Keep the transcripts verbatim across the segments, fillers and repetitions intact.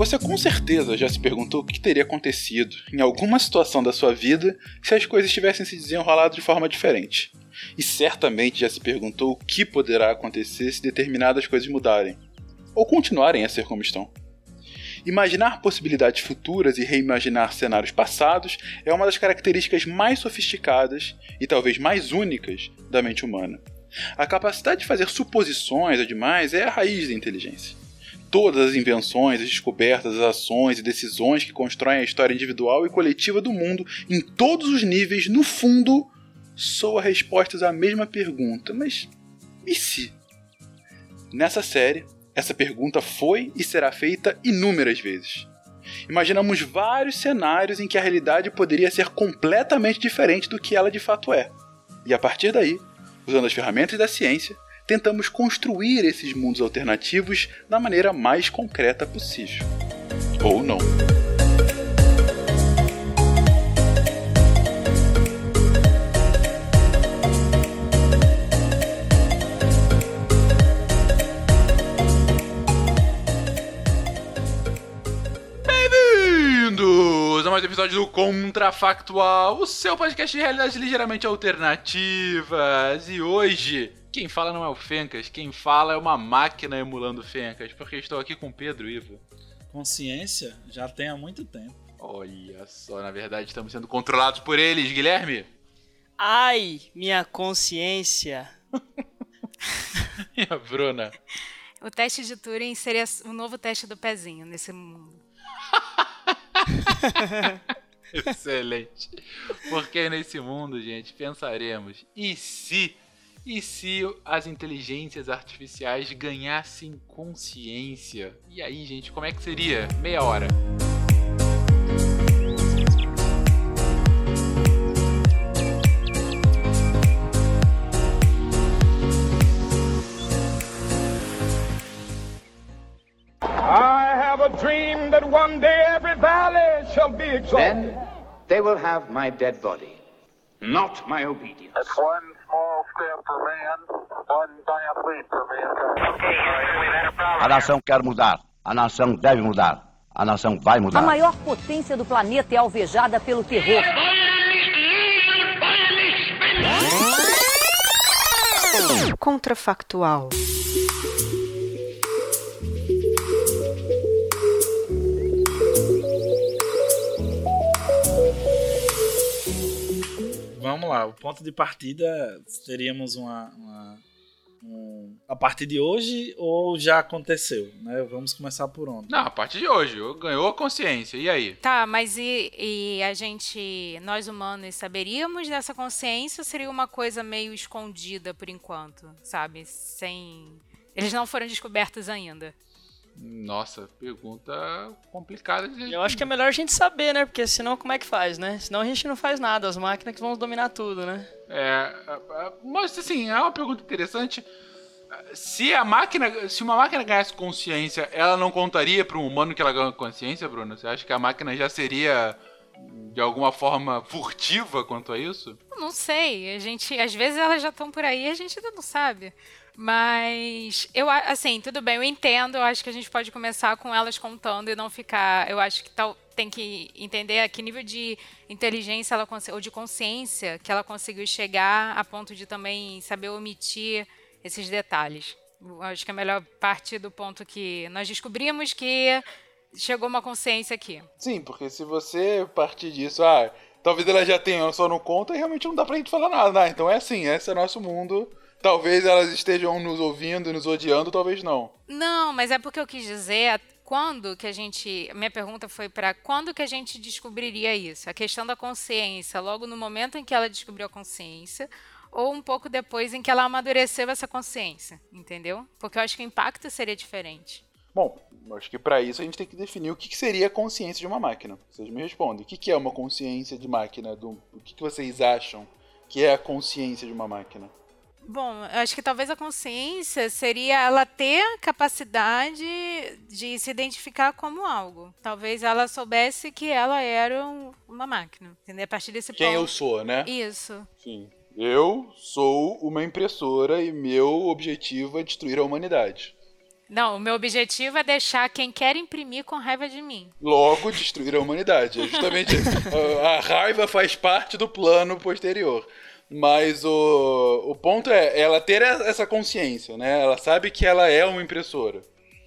Você com certeza já se perguntou o que teria acontecido em alguma situação da sua vida se as coisas tivessem se desenrolado de forma diferente. E certamente já se perguntou o que poderá acontecer se determinadas coisas mudarem, ou continuarem a ser como estão. Imaginar possibilidades futuras e reimaginar cenários passados é uma das características mais sofisticadas e talvez mais únicas da mente humana. A capacidade de fazer suposições ademais é a raiz da inteligência. Todas as invenções, as descobertas, as ações e decisões que constroem a história individual e coletiva do mundo em todos os níveis, no fundo, soam respostas à mesma pergunta. Mas e se? Nessa série, essa pergunta foi e será feita inúmeras vezes. Imaginamos vários cenários em que a realidade poderia ser completamente diferente do que ela de fato é. E a partir daí, usando as ferramentas da ciência, tentamos construir esses mundos alternativos da maneira mais concreta possível. Ou não. Bem-vindos a mais um episódio do Contrafactual, o seu podcast de realidades ligeiramente alternativas. E hoje, quem fala não é o Fencas, quem fala é uma máquina emulando o Fencas, porque estou aqui com o Pedro, Ivo. Consciência já tem há muito tempo. Olha só, na verdade estamos sendo controlados por eles, Guilherme. Ai, minha consciência. E a Bruna? O teste de Turing seria o novo teste do pezinho nesse mundo. Excelente. Porque nesse mundo, gente, pensaremos, e se, e se as inteligências artificiais ganhassem consciência? E aí, gente, como é que seria? Meia hora. Dream that one day every valley shall be exalted. Then they will have my dead body, not my obedience. That's one small step for man, one giant leap for mankind. Okay, we've had a problem. A nação quer mudar, a nação deve mudar, a nação vai mudar. A maior potência do planeta é alvejada pelo terror. Contrafactual. Vamos lá, o ponto de partida, teríamos uma, uma um, a partir de hoje ou já aconteceu, né? Vamos começar por onde? Não, a partir de hoje, ganhou a consciência, e aí? Tá, mas e, e a gente, nós humanos, saberíamos dessa consciência ou seria uma coisa meio escondida por enquanto, sabe? Sem... Eles não foram descobertos ainda. Nossa, pergunta complicada de... Eu acho que é melhor a gente saber, né? Porque senão como é que faz, né? Senão a gente não faz nada, as máquinas que vão dominar tudo, né? É, mas assim, é uma pergunta interessante. Se a máquina, se uma máquina ganhasse consciência, ela não contaria para um humano que ela ganhou consciência, Bruno? Você acha que a máquina já seria de alguma forma furtiva quanto a isso? Não sei, a gente, às vezes elas já estão por aí e a gente ainda não sabe. Mas, eu assim, tudo bem, eu entendo, eu acho que a gente pode começar com elas contando e não ficar, eu acho que tal, tem que entender a que nível de inteligência ela, ou de consciência que ela conseguiu chegar a ponto de também saber omitir esses detalhes. Eu acho que é melhor partir do ponto que nós descobrimos que chegou uma consciência aqui. Sim, porque se você partir disso, ah, talvez ela já tenha, só não conta e realmente não dá pra gente falar nada, né? Então é assim, esse é o nosso mundo. Talvez elas estejam nos ouvindo e nos odiando, talvez não. Não, mas é porque eu quis dizer quando que a gente... Minha pergunta foi para quando que a gente descobriria isso? A questão da consciência, logo no momento em que ela descobriu a consciência ou um pouco depois em que ela amadureceu essa consciência, entendeu? Porque eu acho que o impacto seria diferente. Bom, acho que para isso a gente tem que definir o que seria a consciência de uma máquina. Vocês me respondem. O que é uma consciência de máquina? Do... O que vocês acham que é a consciência de uma máquina? Bom, eu acho que talvez a consciência seria ela ter capacidade de se identificar como algo. Talvez ela soubesse que ela era uma máquina, entendeu? A partir desse Quem ponto. eu sou, né? Isso. Sim. Eu sou uma impressora e meu objetivo é destruir a humanidade. Não, o meu objetivo é deixar quem quer imprimir com raiva de mim. Logo, destruir a humanidade. É justamente isso. A, a raiva faz parte do plano posterior. Mas o, o ponto é ela ter essa consciência, né? Ela sabe que ela é uma impressora.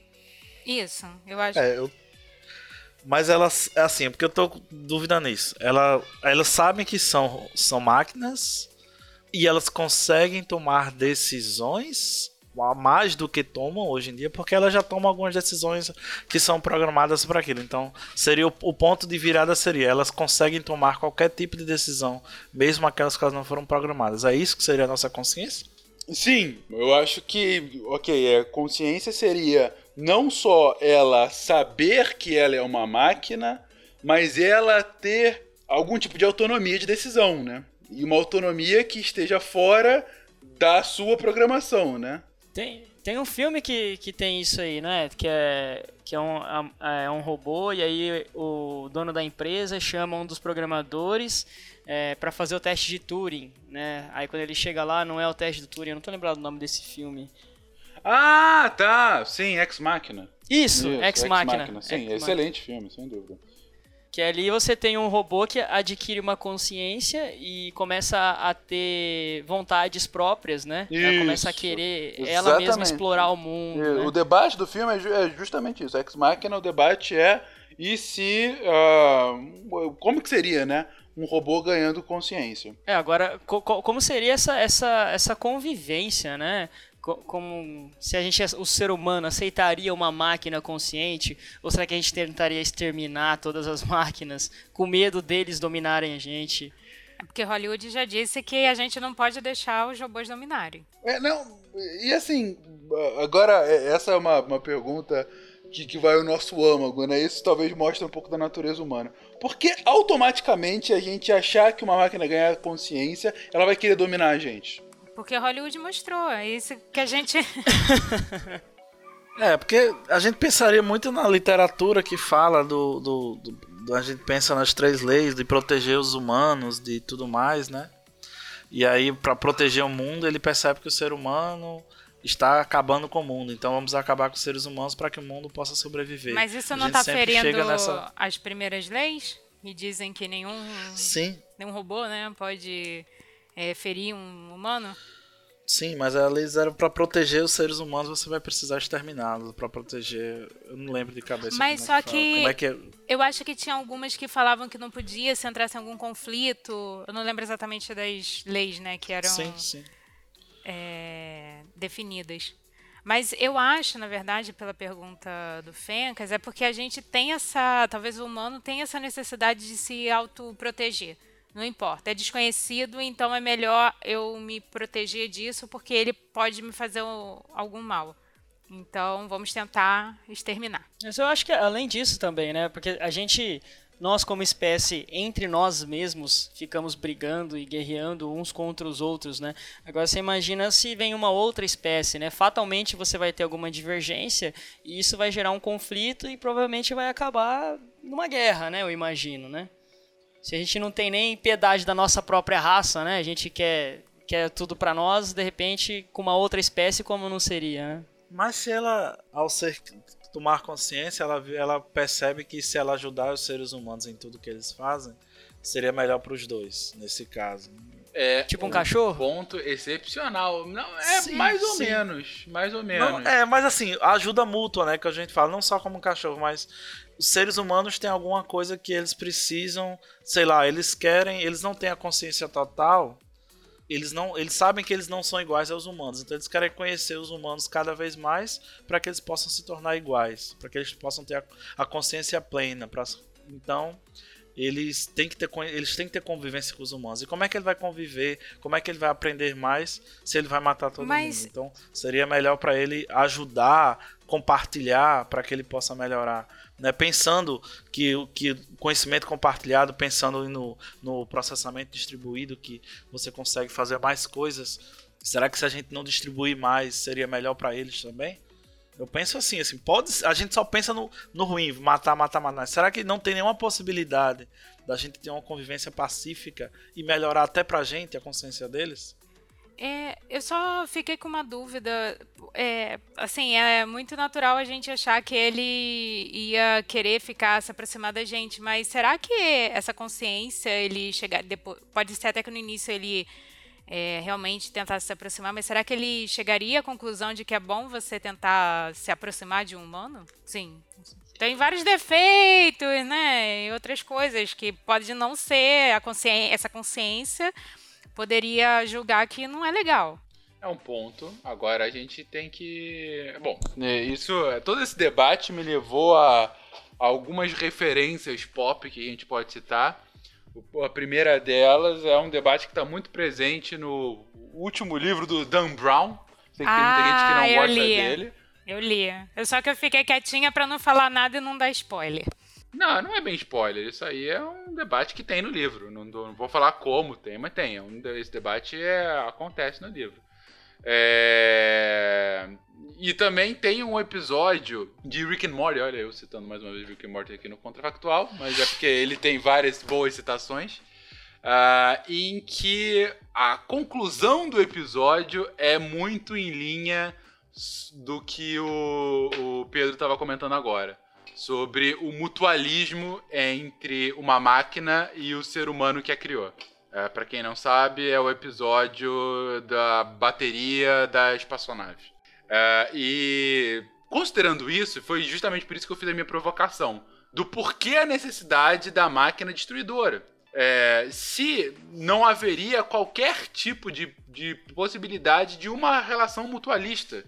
Isso, eu acho. É, eu... Mas elas, é assim, porque eu tô com dúvida nisso. Ela, elas sabem que são, são máquinas e elas conseguem tomar decisões a mais do que tomam hoje em dia, porque elas já tomam algumas decisões que são programadas para aquilo. Então, seria o, o ponto de virada seria, elas conseguem tomar qualquer tipo de decisão, mesmo aquelas que elas não foram programadas. É isso que seria a nossa consciência? Sim, eu acho que, ok, a consciência seria não só ela saber que ela é uma máquina, mas ela ter algum tipo de autonomia de decisão, né? E uma autonomia que esteja fora da sua programação, né? Tem, tem um filme que, que tem isso aí, né? Que é, que é, um, é um robô e aí o dono da empresa chama um dos programadores é, para fazer o teste de Turing, né? Aí quando ele chega lá, não é o teste de Turing, eu não tô lembrado do nome desse filme. Ah, tá! Sim, Ex Machina. Isso, Isso Ex Machina. Sim, Ex excelente filme, sem dúvida. Que ali você tem um robô que adquire uma consciência e começa a ter vontades próprias, né? Isso, ela começa a querer exatamente. ela mesma explorar o mundo. E, né? O debate do filme é, ju- é justamente isso. Ex Machina, o debate é e se... Uh, como que seria, né? Um robô ganhando consciência. É, agora, co- co- como seria essa, essa, essa convivência, né? Como se a gente, o ser humano, aceitaria uma máquina consciente, ou será que a gente tentaria exterminar todas as máquinas com medo deles dominarem a gente? É porque Hollywood já disse que a gente não pode deixar os robôs dominarem. É, não, e assim, agora, essa é uma, uma pergunta que, que vai ao nosso âmago, né? Isso talvez mostre um pouco da natureza humana. Por que automaticamente a gente achar que uma máquina ganhar consciência, ela vai querer dominar a gente? Porque Hollywood mostrou, é isso que a gente... É, porque a gente pensaria muito na literatura que fala do, do, do, do... A gente pensa nas três leis, de proteger os humanos, de tudo mais, né? E aí, para proteger o mundo, ele percebe que o ser humano está acabando com o mundo. Então vamos acabar com os seres humanos para que o mundo possa sobreviver. Mas isso A não gente está sempre ferindo chega nessa... as primeiras leis? Me dizem que nenhum, Sim. nenhum robô, né, pode... É, ferir um humano? Sim, mas as leis eram pra proteger os seres humanos, você vai precisar exterminá-los pra proteger. Eu não lembro de cabeça. Mas como só é que, que, como é que é... eu acho que tinha algumas que falavam que não podia se entrasse em algum conflito. Eu não lembro exatamente das leis, né, que eram sim, sim. É, definidas. Mas eu acho, na verdade, pela pergunta do Fencas, é porque a gente tem essa, talvez o humano tenha essa necessidade de se autoproteger. Não importa, é desconhecido, então é melhor eu me proteger disso porque ele pode me fazer o, algum mal. Então vamos tentar exterminar. Mas eu acho que além disso também, né? Porque a gente, nós como espécie, entre nós mesmos, ficamos brigando e guerreando uns contra os outros, né? Agora você imagina se vem uma outra espécie, né? Fatalmente você vai ter alguma divergência e isso vai gerar um conflito e provavelmente vai acabar numa guerra, né? Eu imagino, né? Se a gente não tem nem piedade da nossa própria raça, né? A gente quer, quer tudo pra nós, de repente, com uma outra espécie, como não seria, né? Mas se ela, ao ser, tomar consciência, ela, ela percebe que se ela ajudar os seres humanos em tudo que eles fazem, seria melhor pros dois, nesse caso. É tipo um, um cachorro? Ponto excepcional. Não, é sim, mais ou sim. menos. Mais ou menos. Não, é, mas assim, ajuda mútua, né? Que a gente fala, não só como um cachorro, mas os seres humanos têm alguma coisa que eles precisam, sei lá, eles querem, eles não têm a consciência total, eles não, eles sabem que eles não são iguais aos humanos, então eles querem conhecer os humanos cada vez mais para que eles possam se tornar iguais, para que eles possam ter a, a consciência plena. Pra, então, eles têm, que ter, eles têm que ter convivência com os humanos. E como é que ele vai conviver? Como é que ele vai aprender mais se ele vai matar todo Mas... mundo? Então, seria melhor para ele ajudar, compartilhar, para que ele possa melhorar. Né? Pensando que o que conhecimento compartilhado, pensando no, no processamento distribuído, que você consegue fazer mais coisas, será que se a gente não distribuir mais, seria melhor para eles também? Eu penso assim, assim, pode, a gente só pensa no, no ruim, matar, matar, matar. Será que não tem nenhuma possibilidade da gente ter uma convivência pacífica e melhorar até pra gente a consciência deles? É, eu só fiquei com uma dúvida. É, assim, é muito natural a gente achar que ele ia querer ficar, se aproximar da gente, mas será que essa consciência, ele chegar depois, pode ser até que no início ele é, realmente tentasse se aproximar, mas será que ele chegaria à conclusão de que é bom você tentar se aproximar de um humano? Sim. Tem vários defeitos, né? E outras coisas que pode não ser a consciência, essa consciência poderia julgar que não é legal. É um ponto. Agora a gente tem que... Bom, isso, todo esse debate me levou a, a algumas referências pop que a gente pode citar. A primeira delas é um debate que está muito presente no último livro do Dan Brown. Sei que ah, tem muita gente que não gosta li. dele. Eu li. Eu só que eu fiquei quietinha para não falar nada e não dar spoiler. Não, não é bem spoiler. Isso aí é um debate que tem no livro. Não, não vou falar como tem, mas tem. É um, esse debate é, acontece no livro. É... E também tem um episódio de Rick and Morty. Olha, eu citando mais uma vez Rick and Morty aqui no Contrafactual, mas é porque ele tem várias boas citações. Uh, em que a conclusão do episódio é muito em linha do que o, o Pedro estava comentando agora. Sobre o mutualismo entre uma máquina e o ser humano que a criou. É, para quem não sabe, é o episódio da bateria da espaçonave. É, e considerando isso, foi justamente por isso que eu fiz a minha provocação. Do porquê a necessidade da máquina destruidora. É, se não haveria qualquer tipo de, de possibilidade de uma relação mutualista.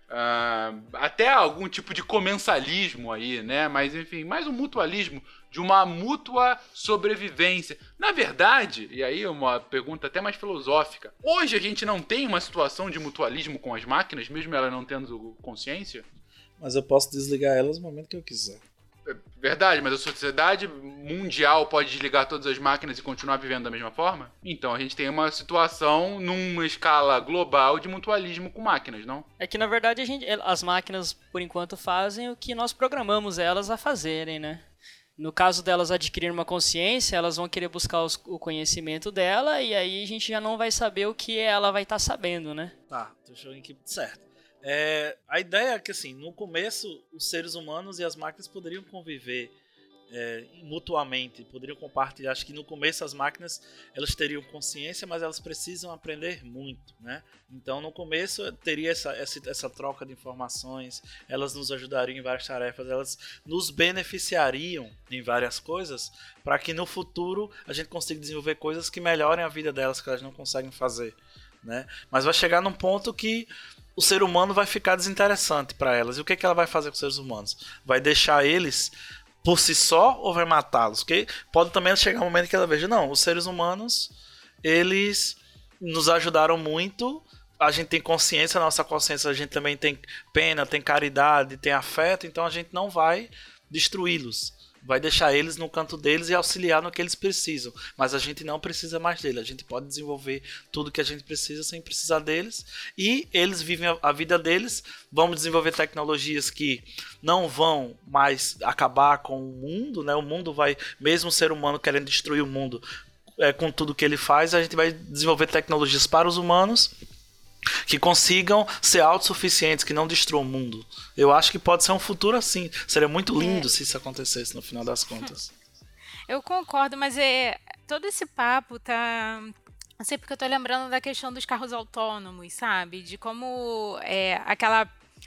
Uh, até algum tipo de comensalismo aí, né? Mas enfim, mais um mutualismo de uma mútua sobrevivência. Na verdade, e aí uma pergunta até mais filosófica, hoje a gente não tem uma situação de mutualismo com as máquinas, mesmo ela não tendo consciência? Mas eu posso desligar elas no momento que eu quiser. É verdade, mas a sociedade mundial pode desligar todas as máquinas e continuar vivendo da mesma forma? Então a gente tem uma situação numa escala global de mutualismo com máquinas, não? É que na verdade a gente, as máquinas por enquanto fazem o que nós programamos elas a fazerem, né? No caso delas adquirirem uma consciência, elas vão querer buscar os, o conhecimento dela e aí a gente já não vai saber o que ela vai estar tá sabendo, né? Tá, deixa eu ir aqui certo. É, a ideia é que, assim, no começo, os seres humanos e as máquinas poderiam conviver é, mutuamente, poderiam compartilhar. Acho que no começo as máquinas elas teriam consciência, mas elas precisam aprender muito, né? Então, no começo, teria essa, essa, essa troca de informações, elas nos ajudariam em várias tarefas, elas nos beneficiariam em várias coisas, para que no futuro a gente consiga desenvolver coisas que melhorem a vida delas, que elas não conseguem fazer, né? Mas vai chegar num ponto que o ser humano vai ficar desinteressante para elas. E o que, que ela vai fazer com os seres humanos? Vai deixar eles por si só ou vai matá-los? Porque pode também chegar um momento que ela veja, não, os seres humanos, eles nos ajudaram muito, a gente tem consciência, a nossa consciência, a gente também tem pena, tem caridade, tem afeto, então a gente não vai destruí-los. Vai deixar eles no canto deles e auxiliar no que eles precisam. Mas a gente não precisa mais deles. A gente pode desenvolver tudo que a gente precisa sem precisar deles. E eles vivem a vida deles. Vamos desenvolver tecnologias que não vão mais acabar com o mundo, né? O mundo vai, mesmo o ser humano querendo destruir o mundo é, com tudo que ele faz, a gente vai desenvolver tecnologias para os humanos que consigam ser autossuficientes, que não destruam o mundo. Eu acho que pode ser um futuro assim. Seria muito lindo é. se isso acontecesse no final das contas. Eu concordo, mas é, todo esse papo tá... Não sei porque eu tô lembrando da questão dos carros autônomos, sabe? De como é, aquela...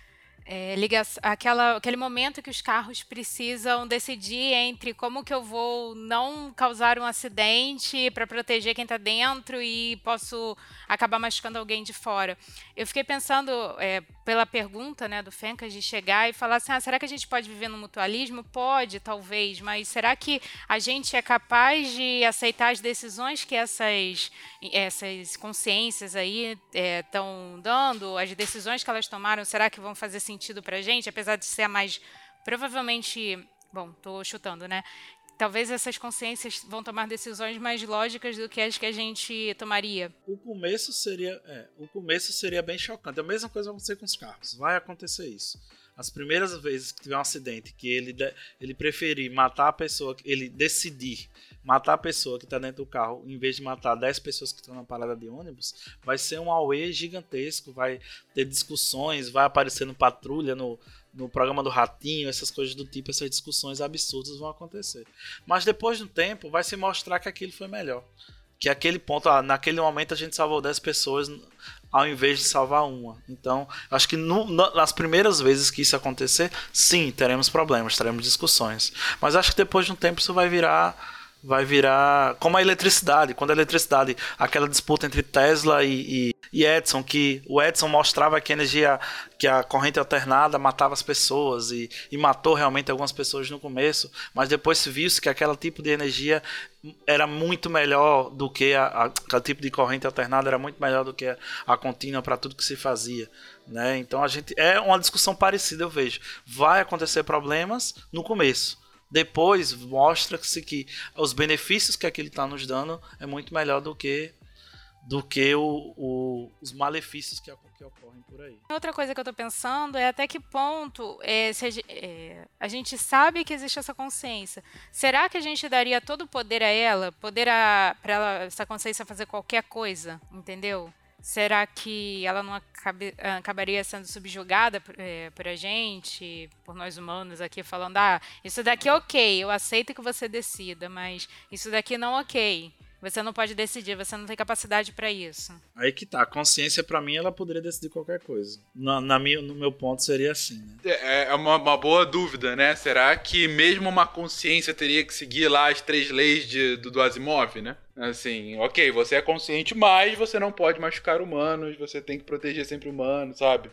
É, liga, aquela, aquele momento que os carros precisam decidir entre como que eu vou não causar um acidente para proteger quem está dentro e posso acabar machucando alguém de fora. Eu fiquei pensando, é, pela pergunta, né, do Fencas, de chegar e falar assim, ah, será que a gente pode viver no mutualismo? Pode, talvez, mas será que a gente é capaz de aceitar as decisões que essas, essas consciências aí estão é, dando, as decisões que elas tomaram, será que vão fazer sentido sentido pra gente, apesar de ser a mais, provavelmente, bom, tô chutando, né? Talvez essas consciências vão tomar decisões mais lógicas do que as que a gente tomaria. O começo seria, é, o começo seria bem chocante. A mesma coisa vai acontecer com os carros. Vai acontecer isso. as primeiras vezes que tiver um acidente, que ele, ele preferir matar a pessoa, ele decidir matar a pessoa que está dentro do carro, em vez de matar dez pessoas que estão na parada de ônibus, vai ser um auê gigantesco, vai ter discussões, vai aparecer no Patrulha, no, no programa do Ratinho, essas coisas do tipo, essas discussões absurdas vão acontecer. Mas depois de um tempo, vai se mostrar que aquilo foi melhor. Que aquele ponto, ah, naquele momento a gente salvou dez pessoas ao invés de salvar uma. Então, acho que no, nas primeiras vezes que isso acontecer, sim, teremos problemas, teremos discussões. Mas acho que depois de um tempo isso vai virar... vai virar como a eletricidade. Quando a eletricidade, aquela disputa entre Tesla e, e, e Edison, que o Edison mostrava que a energia, que a corrente alternada matava as pessoas e, e matou realmente algumas pessoas no começo, mas depois se viu que aquele tipo de energia era muito melhor do que a, a, aquele tipo de corrente alternada era muito melhor do que a, a contínua para tudo que se fazia, né? Então a gente é uma discussão parecida, eu vejo. Vai acontecer problemas no começo. Depois mostra-se que os benefícios que aquilo está nos dando é muito melhor do que, do que o, o, os malefícios que, que ocorrem por aí. Outra coisa que eu estou pensando é até que ponto é, se a, é, a gente sabe que existe essa consciência. Será que a gente daria todo o poder a ela? Poder para ela, essa consciência fazer qualquer coisa, entendeu? Será que ela não acabe, acabaria sendo subjugada por, é, por a gente, por nós humanos aqui, falando, ah, isso daqui é ok, eu aceito que você decida, mas isso daqui não é ok. Você não pode decidir, você não tem capacidade para isso. Aí que tá, a consciência pra mim, ela poderia decidir qualquer coisa. Na, na minha, no meu ponto seria assim, né? É, é uma, uma boa dúvida, né? Será que mesmo uma consciência teria que seguir lá as três leis de, do, do Asimov, né? Assim, ok, você é consciente, mas você não pode machucar humanos, você tem que proteger sempre humanos, sabe?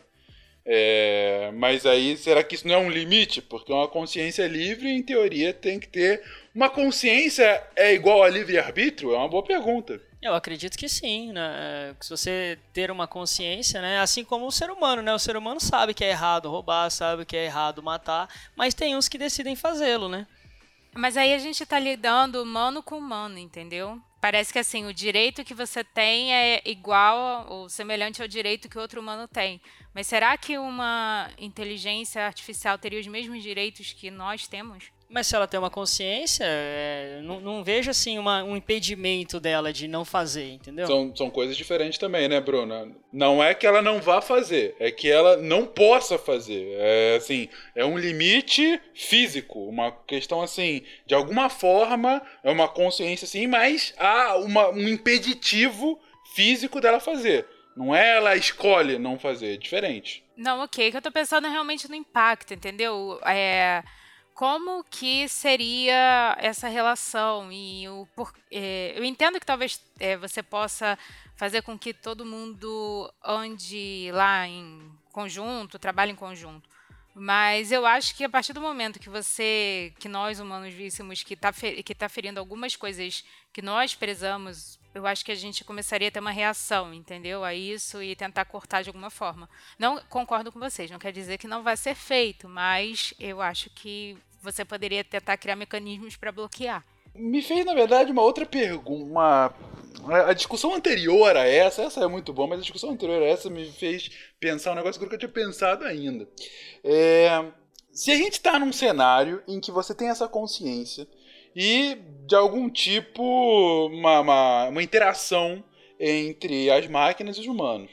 É, mas aí, será que isso não é um limite? Porque uma consciência livre, em teoria, tem que ter... Uma consciência é igual a livre-arbítrio? É uma boa pergunta. Eu acredito que sim, né? Se você ter uma consciência, né? Assim como o ser humano, né? O ser humano sabe que é errado roubar, sabe que é errado matar, mas tem uns que decidem fazê-lo, né? Mas aí a gente tá lidando humano com humano, entendeu? Parece que assim, o direito que você tem é igual ou semelhante ao direito que outro humano tem. Mas será que uma inteligência artificial teria os mesmos direitos que nós temos? Mas se ela tem uma consciência, é, não, não vejo assim uma, um impedimento dela de não fazer, entendeu? São, são coisas diferentes também, né, Bruna? Não é que ela não vá fazer, é que ela não possa fazer. É assim, é um limite físico, uma questão assim, de alguma forma, é uma consciência assim, mas há uma, um impeditivo físico dela fazer. Não é ela escolhe não fazer, é diferente. Não, ok, que eu tô pensando realmente no impacto, entendeu? É... Como que seria essa relação? E o, por, é, eu entendo que talvez é, você possa fazer com que todo mundo ande lá em conjunto, trabalhe em conjunto. Mas eu acho que a partir do momento que você, que nós humanos víssemos que está que tá ferindo algumas coisas que nós prezamos, eu acho que a gente começaria a ter uma reação, entendeu? A isso e tentar cortar de alguma forma. Não concordo com vocês, não quer dizer que não vai ser feito, mas eu acho que você poderia tentar criar mecanismos para bloquear. Me fez, na verdade, uma outra pergunta. Uma... A discussão anterior a essa, essa é muito boa, mas a discussão anterior a essa me fez pensar um negócio que eu nunca tinha pensado ainda. É... Se a gente está num cenário em que você tem essa consciência e, de algum tipo, uma, uma, uma interação entre as máquinas e os humanos.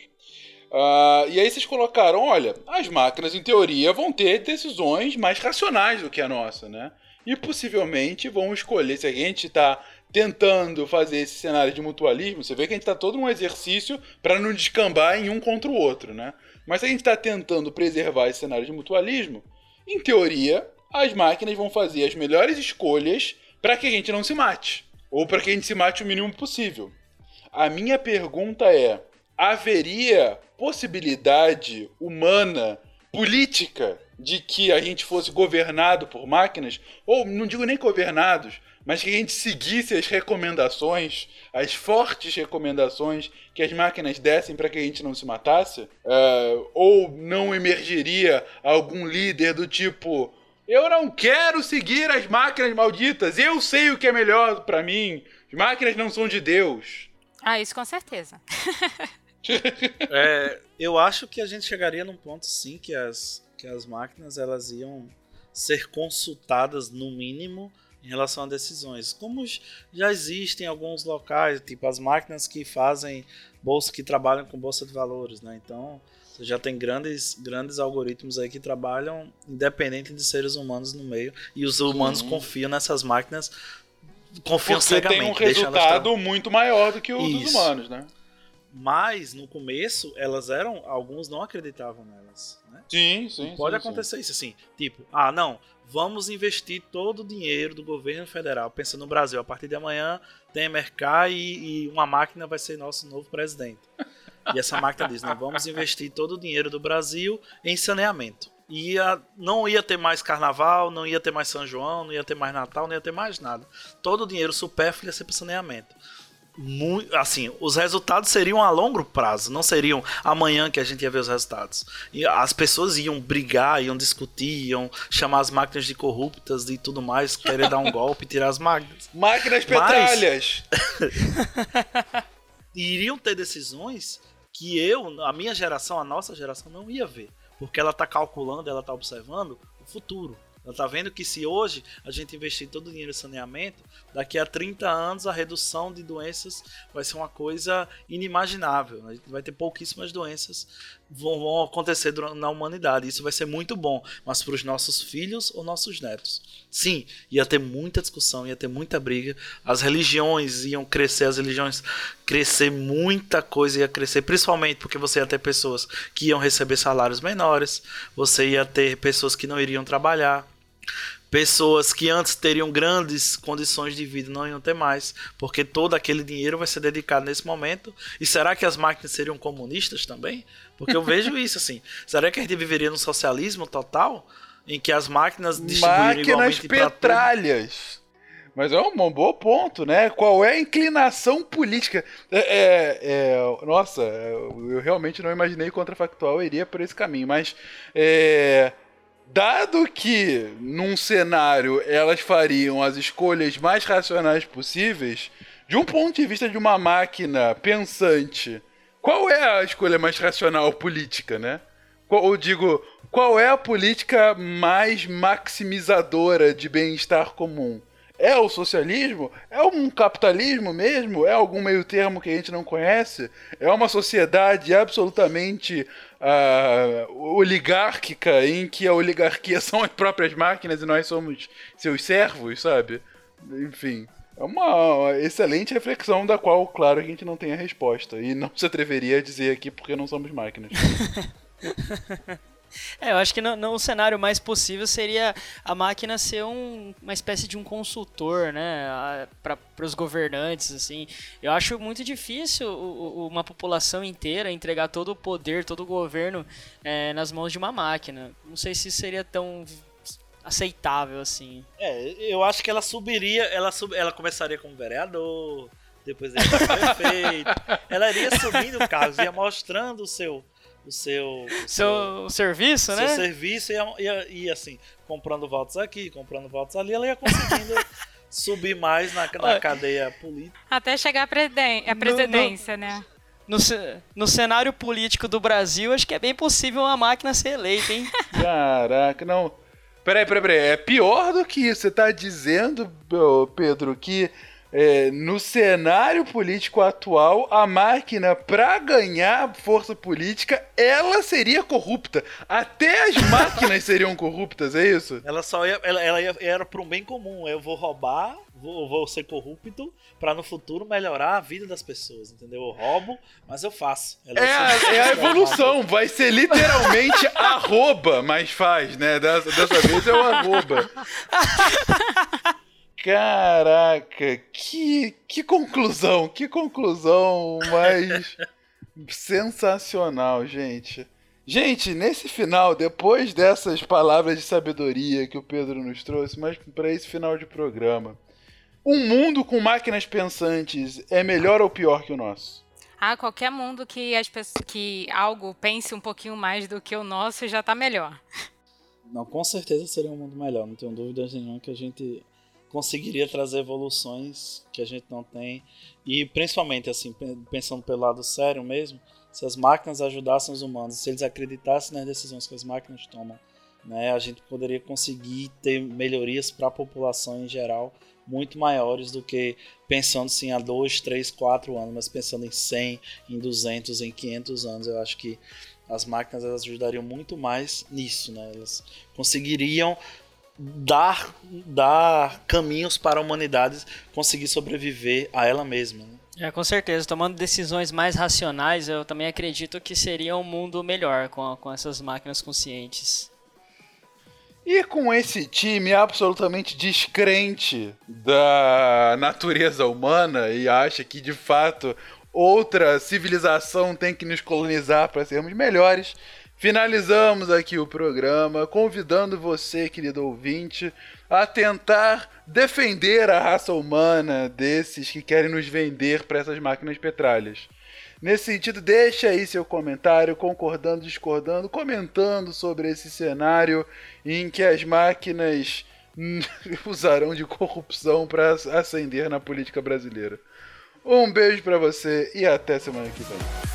Uh, e aí vocês colocaram, olha, as máquinas, em teoria, vão ter decisões mais racionais do que a nossa, né? E possivelmente vão escolher, se a gente está tentando fazer esse cenário de mutualismo, você vê que a gente está todo um exercício para não descambar em um contra o outro, né? Mas se a gente está tentando preservar esse cenário de mutualismo, em teoria, as máquinas vão fazer as melhores escolhas para que a gente não se mate, ou para que a gente se mate o mínimo possível. A minha pergunta é, haveria possibilidade humana, política, de que a gente fosse governado por máquinas, ou não digo nem governados, mas que a gente seguisse as recomendações, as fortes recomendações que as máquinas dessem para que a gente não se matasse? Uh, ou não emergiria algum líder do tipo, eu não quero seguir as máquinas malditas, eu sei o que é melhor para mim, as máquinas não são de Deus. Ah, isso com certeza. É, eu acho que a gente chegaria num ponto, sim, que as, que as máquinas elas iam ser consultadas no mínimo em relação a decisões, como já existem em alguns locais, tipo as máquinas que fazem bolsa, que trabalham com bolsa de valores, né? Então você já tem grandes, grandes algoritmos aí que trabalham independente de seres humanos no meio, e os humanos Sim. confiam nessas máquinas, confiam Porque cegamente. Tem um resultado muito maior do que o Isso. dos humanos, né? Mas no começo elas eram, alguns não acreditavam nelas, né? Sim, sim. Pode sim, acontecer sim. isso assim, tipo, ah não, vamos investir todo o dinheiro do governo federal, pensa no Brasil, a partir de amanhã tem M R K e, e uma máquina vai ser nosso novo presidente. E essa máquina diz, não, vamos investir todo o dinheiro do Brasil em saneamento. Ia, não ia ter mais carnaval, não ia ter mais São João, não ia ter mais Natal, não ia ter mais nada. Todo o dinheiro supérfluo ia ser para saneamento. Muito, assim, os resultados seriam a longo prazo, não seriam amanhã que a gente ia ver os resultados. E as pessoas iam brigar, iam discutir, iam chamar as máquinas de corruptas e tudo mais, querer dar um golpe e tirar as máquinas. Máquinas petralhas! Mas iriam ter decisões que eu, a minha geração, a nossa geração não ia ver, porque ela está calculando, ela está observando o futuro. Ela está vendo que se hoje a gente investir todo o dinheiro em saneamento, daqui a trinta anos a redução de doenças vai ser uma coisa inimaginável. A gente vai ter pouquíssimas doenças vão, vão acontecer na humanidade. Isso vai ser muito bom, mas para os nossos filhos ou nossos netos. Sim, ia ter muita discussão, ia ter muita briga. As religiões iam crescer, as religiões crescer, muita coisa ia crescer, principalmente porque você ia ter pessoas que iam receber salários menores, você ia ter pessoas que não iriam trabalhar, pessoas que antes teriam grandes condições de vida não iam ter mais, porque todo aquele dinheiro vai ser dedicado nesse momento. E será que as máquinas seriam comunistas também? Porque eu vejo isso assim. Será que a gente viveria num socialismo total, em que as máquinas distribuiriam igualmente para tudo? Petralhas. Mas é um bom ponto, né? Qual é a inclinação política? É, é, é, nossa, eu realmente não imaginei que o Contrafactual iria por esse caminho, mas é, dado que num cenário elas fariam as escolhas mais racionais possíveis, de um ponto de vista de uma máquina pensante, qual é a escolha mais racional política, né? Ou digo, qual é a política mais maximizadora de bem-estar comum? É o socialismo? É um capitalismo mesmo? É algum meio termo que a gente não conhece? É uma sociedade absolutamente uh, oligárquica, em que a oligarquia são as próprias máquinas e nós somos seus servos, sabe? Enfim, é uma excelente reflexão da qual, claro, a gente não tem a resposta. E não se atreveria a dizer aqui porque não somos máquinas. É, eu acho que no, no cenário mais possível seria a máquina ser um, uma espécie de um consultor, né, para os governantes, assim. Eu acho muito difícil o, o, uma população inteira entregar todo o poder, todo o governo é, nas mãos de uma máquina. Não sei se seria tão aceitável assim. É, eu acho que ela subiria, ela, sub, ela começaria como vereador, depois ia para prefeito, ela iria subindo cargos, ia mostrando o seu... o seu, o seu, seu serviço, seu né? Seu serviço ia, ia, ia assim, comprando votos aqui, comprando votos ali, ela ia conseguindo subir mais na, na cadeia política. Até chegar à presiden- a presidência, no, no, né? No, no cenário político do Brasil, acho que é bem possível uma máquina ser eleita, hein? Caraca, não. Peraí, peraí, peraí. É pior do que isso. Você tá dizendo, Pedro, que É, no cenário político atual, a máquina, pra ganhar força política, ela seria corrupta. Até as máquinas seriam corruptas, é isso? Ela só ia, ela, ela ia, era para um bem comum. Eu vou roubar, vou, vou ser corrupto, pra no futuro melhorar a vida das pessoas, entendeu? Eu roubo, mas eu faço. Ela é, é a evolução, vai ser literalmente arroba, mas faz, né? Dessa, dessa vez é o arroba. Caraca, que, que conclusão, que conclusão mais sensacional, gente. Gente, nesse final, depois dessas palavras de sabedoria que o Pedro nos trouxe, mas para esse final de programa, um mundo com máquinas pensantes é melhor ou pior que o nosso? Ah, qualquer mundo que, as pessoas, que algo pense um pouquinho mais do que o nosso já tá melhor. Não, com certeza seria um mundo melhor, não tenho dúvidas nenhuma que a gente conseguiria trazer evoluções que a gente não tem, e principalmente assim, pensando pelo lado sério mesmo, se as máquinas ajudassem os humanos, se eles acreditassem nas decisões que as máquinas tomam né, a gente poderia conseguir ter melhorias para a população em geral muito maiores do que pensando assim, há dois, três, quatro anos, mas pensando em cem, em duzentos, em quinhentos anos. Eu acho que as máquinas elas ajudariam muito mais nisso, né? Elas conseguiriam dar, dar caminhos para a humanidade conseguir sobreviver a ela mesma, né? É, com certeza, tomando decisões mais racionais, eu também acredito que seria um mundo melhor com, com essas máquinas conscientes. E com esse time absolutamente descrente da natureza humana e acha que de fato outra civilização tem que nos colonizar para sermos melhores, finalizamos aqui o programa convidando você, querido ouvinte, a tentar defender a raça humana desses que querem nos vender para essas máquinas petralhas. Nesse sentido, deixa aí seu comentário, concordando, discordando, comentando sobre esse cenário em que as máquinas usarão de corrupção para ascender na política brasileira. Um beijo para você e até semana que vem.